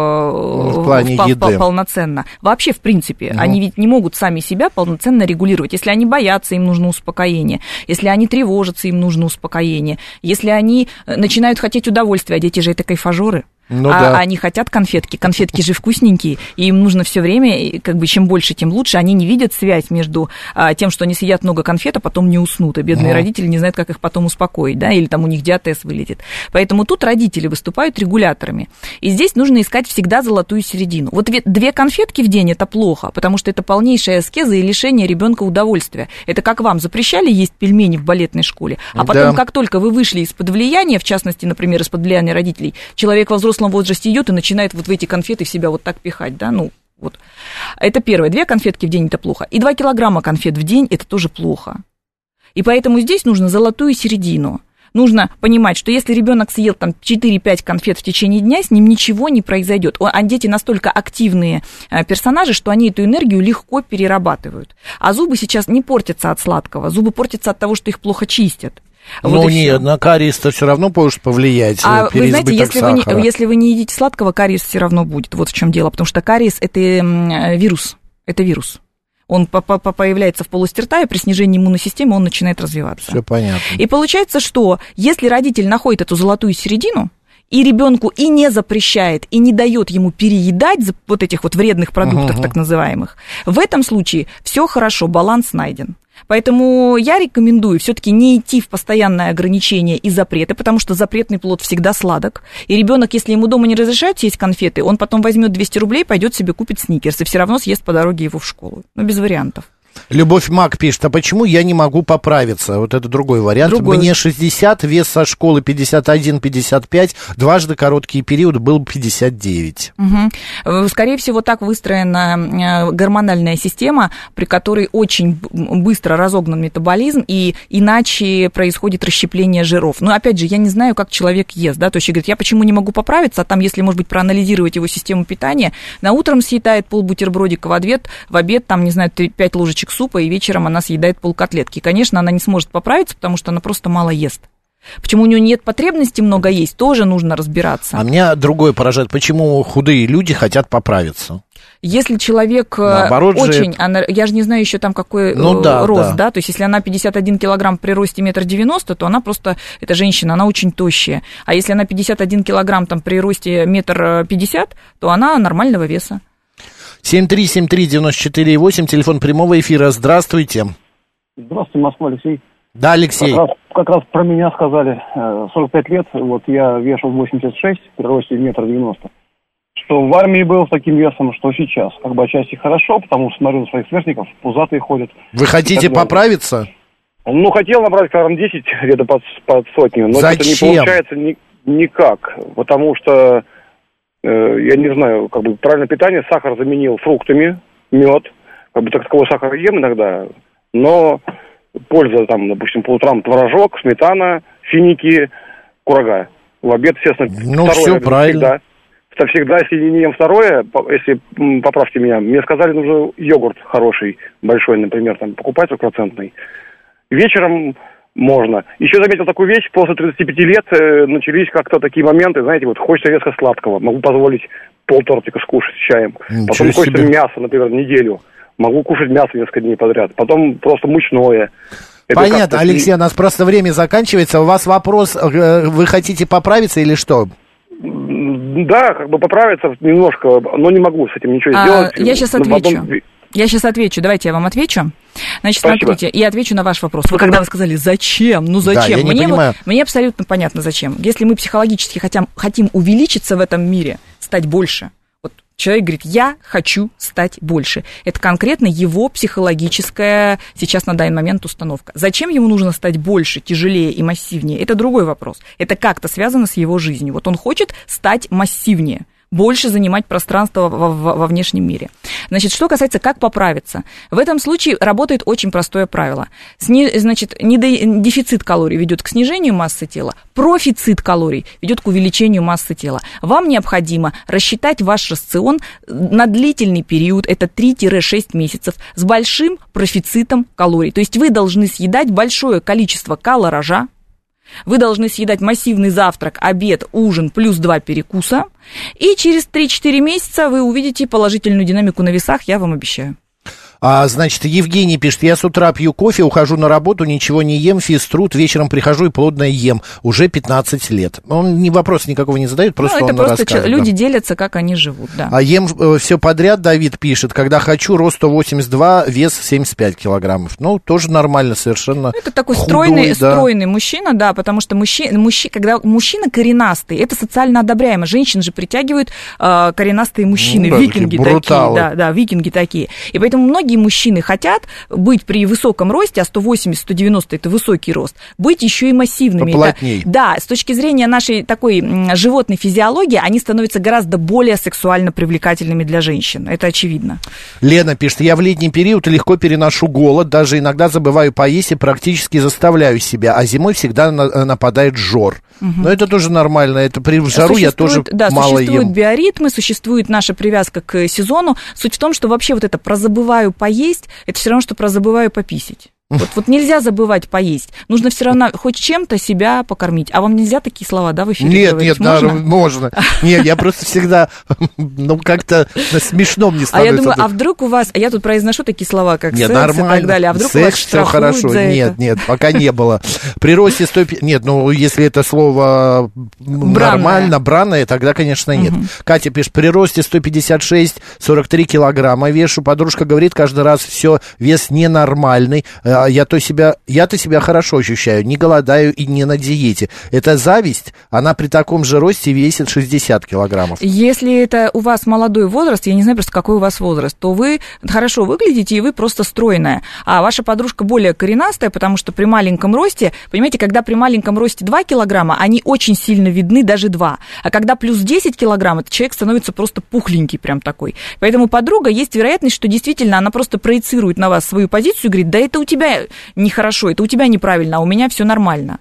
в плане еды полноценно. Вообще, в принципе, они ведь не могут сами себя полноценно регулировать. Если они боятся, им нужно успокоение. Если они тревожатся, им нужно успокоение. Если они начинают хотеть удовольствия, а дети же это кайфажоры. Да. Они хотят конфетки. Конфетки же вкусненькие, и им нужно все время, как бы, чем больше, тем лучше. Они не видят связь между тем, что они съедят много конфет, а потом не уснут. И бедные родители не знают, как их потом успокоить, да, или там у них диатез вылетит. Поэтому тут родители выступают регуляторами. И здесь нужно искать всегда золотую середину. Вот 2 конфетки в день – это плохо, потому что это полнейшая аскеза и лишение ребенка удовольствия. Это как вам запрещали есть пельмени в балетной школе, а потом, как только вы вышли из-под влияния, в частности, например, из-под влияния родителей, человек во взрослом возрасте идет и начинает вот в эти конфеты в себя вот так пихать, да, ну, вот. Это первое. 2 конфетки в день – это плохо. И 2 килограмма конфет в день – это тоже плохо. И поэтому здесь нужно золотую середину. Нужно понимать, что если ребенок съел там 4-5 конфет в течение дня, с ним ничего не произойдет. А дети настолько активные персонажи, что они эту энергию легко перерабатывают. А зубы сейчас не портятся от сладкого, зубы портятся от того, что их плохо чистят. Ну, вот нет, на кариес-то все равно может повлиять. Вы знаете, если вы не едите сладкого, кариес все равно будет. Вот в чем дело. Потому что кариес – это вирус. Это вирус. Он появляется в полости рта, и при снижении иммунной системы он начинает развиваться. Все понятно. И получается, что если родитель находит эту золотую середину, и ребенку и не запрещает, и не дает ему переедать вот этих вот вредных продуктов, так называемых, в этом случае все хорошо, баланс найден. Поэтому я рекомендую все-таки не идти в постоянное ограничение и запреты, потому что запретный плод всегда сладок. И ребенок, если ему дома не разрешают съесть конфеты, он потом возьмет 200 рублей, пойдет себе купит сникерс и все равно съест по дороге его в школу. Ну, без вариантов. Любовь Мак пишет, а почему я не могу поправиться? Вот это другой вариант. Мне 60, вес со школы 51-55, дважды короткий период был 59. Скорее всего, так выстроена гормональная система, при которой очень быстро разогнан метаболизм, и иначе происходит расщепление жиров. Но, опять же, я не знаю, как человек ест, да, то есть, говорит, я почему не могу поправиться, а там, если, может быть, проанализировать его систему питания, на утром съедает полбутербродика, в обед, там, не знаю, 5 ложечек супа, и вечером она съедает полкотлетки. Конечно, она не сможет поправиться, потому что она просто мало ест. Почему у нее нет потребности много есть, тоже нужно разбираться. А меня другое поражает, почему худые люди хотят поправиться? Если человек очень... Я же не знаю еще там какой рост, да? То есть если она 51 килограмм при росте 1,90 м, то она просто... Это женщина, она очень тощая. А если она 51 килограмм там при росте 1,50 м, то она нормального веса. 7373948, телефон прямого эфира. Здравствуйте. Здравствуйте, Москва, Алексей. Да, Алексей. Как раз про меня сказали. 45 лет, вот я вешал 86, при росте 1,90 м. Что в армии был с таким весом, что сейчас. Как бы отчасти хорошо, потому что смотрю на своих сверстников, пузатые ходят. Вы хотите поправиться? Ну, хотел набрать килограмм 10, где-то под сотню, но это не получается никак, потому что, я не знаю, как бы правильное питание, сахар заменил фруктами, мед, как бы так таковой сахар ем иногда, но польза, там, допустим, по утрам творожок, сметана, финики, курага. В обед, естественно, второе. Все правильно. Всегда, если не ем второе, если, поправьте меня, мне сказали, нужно йогурт хороший, большой, например, там, покупать 3%. Вечером можно. Еще заметил такую вещь, после 35 лет начались как-то такие моменты, знаете, вот хочется резко сладкого, могу позволить полтортика скушать с чаем. Потом хочется мясо, например, неделю. Могу кушать мясо несколько дней подряд. Потом просто мучное. Понятно, Алексей, у нас просто время заканчивается. У вас вопрос, вы хотите поправиться или что? Да, как бы поправиться немножко, но не могу с этим ничего сделать. Я сейчас отвечу. Давайте я вам отвечу. Значит, Спасибо. Смотрите, и отвечу на ваш вопрос. Когда вы сказали, зачем? Ну, зачем? Да, я не понимаю. Мне абсолютно понятно, зачем. Если мы психологически хотим увеличиться в этом мире, стать больше, вот человек говорит, я хочу стать больше. Это конкретно его психологическая сейчас на данный момент установка. Зачем ему нужно стать больше, тяжелее и массивнее? Это другой вопрос. Это как-то связано с его жизнью. Вот он хочет стать массивнее, больше занимать пространство во внешнем мире. Значит, что касается, как поправиться. В этом случае работает очень простое правило. Значит, дефицит калорий ведет к снижению массы тела, профицит калорий ведет к увеличению массы тела. Вам необходимо рассчитать ваш рацион на длительный период, это 3-6 месяцев, с большим профицитом калорий. То есть вы должны съедать большое количество калоража, вы должны съедать массивный завтрак, обед, ужин плюс 2 перекуса, и через 3-4 месяца вы увидите положительную динамику на весах, я вам обещаю. Значит, Евгений пишет, я с утра пью кофе, ухожу на работу, ничего не ем, физтруд, вечером прихожу и плотно ем. Уже 15 лет. Он вопроса никакого не задает, просто он рассказывает. Люди делятся, как они живут, да. Ем все подряд, Давид пишет, когда хочу, рост 182, вес 75 килограммов. Ну, тоже нормально совершенно. Это такой худой, стройный мужчина, да, потому что когда мужчина коренастый, это социально одобряемо. Женщин же притягивают коренастые мужчины, викинги такие. Да, викинги такие. И поэтому многие мужчины хотят быть при высоком росте, а 180-190 это высокий рост, быть еще и массивными. Поплотней. Да, с точки зрения нашей такой животной физиологии, они становятся гораздо более сексуально привлекательными для женщин. Это очевидно. Лена пишет, я в летний период легко переношу голод, даже иногда забываю поесть и практически заставляю себя, а зимой всегда нападает жор. Угу. Но это тоже нормально, это при жару я тоже мало ем. Существуют биоритмы, существует наша привязка к сезону. Суть в том, что вообще вот это про забываю поесть, это все равно, что про забываю пописить. Вот нельзя забывать поесть. Нужно все равно хоть чем-то себя покормить. А вам нельзя такие слова, да, в эфире говорить? Нет, можно. Нет, я просто всегда, как-то смешно мне становится. А я думаю, вдруг у вас, я тут произношу такие слова, как секс и так далее, а вдруг секс, у вас штрафуют все хорошо. за это? Нет, пока не было. При росте 150... Нет, если это слово нормально, бранное, тогда, конечно, нет. Катя пишет, при росте 156, 43 килограмма вешу. Подружка говорит каждый раз, все, вес ненормальный. Я-то себя хорошо ощущаю, не голодаю и не на диете. Это зависть, она при таком же росте весит 60 килограммов. Если это у вас молодой возраст, я не знаю просто, какой у вас возраст, то вы хорошо выглядите, и вы просто стройная. А ваша подружка более коренастая, потому что при маленьком росте, понимаете, когда при маленьком росте 2 килограмма, они очень сильно видны, даже 2. А когда плюс 10 килограмм, этот человек становится просто пухленький прям такой. Поэтому подруга, есть вероятность, что действительно она просто проецирует на вас свою позицию и говорит, да это у тебя нехорошо, это у тебя неправильно, а у меня все нормально.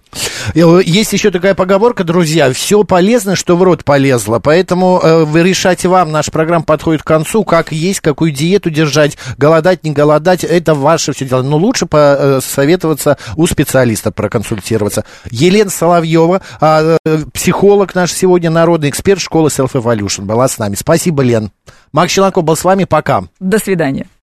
Есть еще такая поговорка, друзья, все полезно, что в рот полезло, поэтому вы решайте вам, наша программа подходит к концу, как есть, какую диету держать, голодать, не голодать, это ваше все дело, но лучше посоветоваться у специалиста, проконсультироваться. Елена Соловьева, психолог наш сегодня, народный эксперт школы Self Evolution, была с нами. Спасибо, Лен. Макс Челноков был с вами, пока. До свидания.